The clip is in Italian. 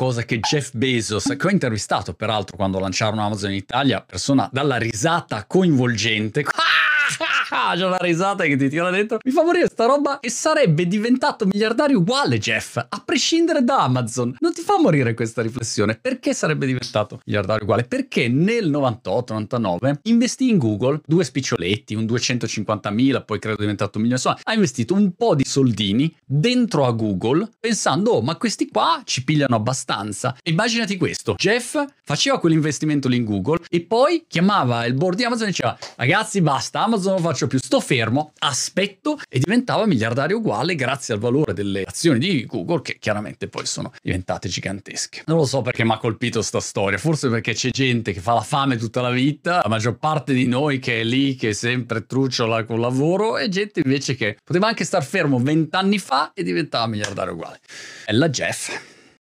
cosa che Jeff Bezos, che ho intervistato peraltro quando lanciarono Amazon in Italia, persona dalla risata coinvolgente, c'è una risata che ti tira dentro, mi fa morire sta roba, e sarebbe diventato miliardario uguale Jeff, a prescindere da Amazon. Non ti fa morire questa riflessione? Perché sarebbe diventato miliardario uguale? Perché nel 98-99 investì in Google 2 spiccioletti, un 250.000, poi credo diventato un milione, insomma ha investito un po' di soldini dentro a Google pensando, oh, ma questi qua ci pigliano abbastanza. Immaginati questo, Jeff faceva quell'investimento lì in Google e poi chiamava il board di Amazon e diceva, ragazzi basta, Amazon non lo faccio più, sto fermo, aspetto, e diventava miliardario uguale grazie al valore delle azioni di Google, che chiaramente poi sono diventate gigantesche. Non lo so perché mi ha colpito sta storia, forse perché c'è gente che fa la fame tutta la vita, la maggior parte di noi che è lì, che sempre trucciola col lavoro, e gente invece che poteva anche star fermo 20 anni fa e diventava miliardario uguale. È la Jeff.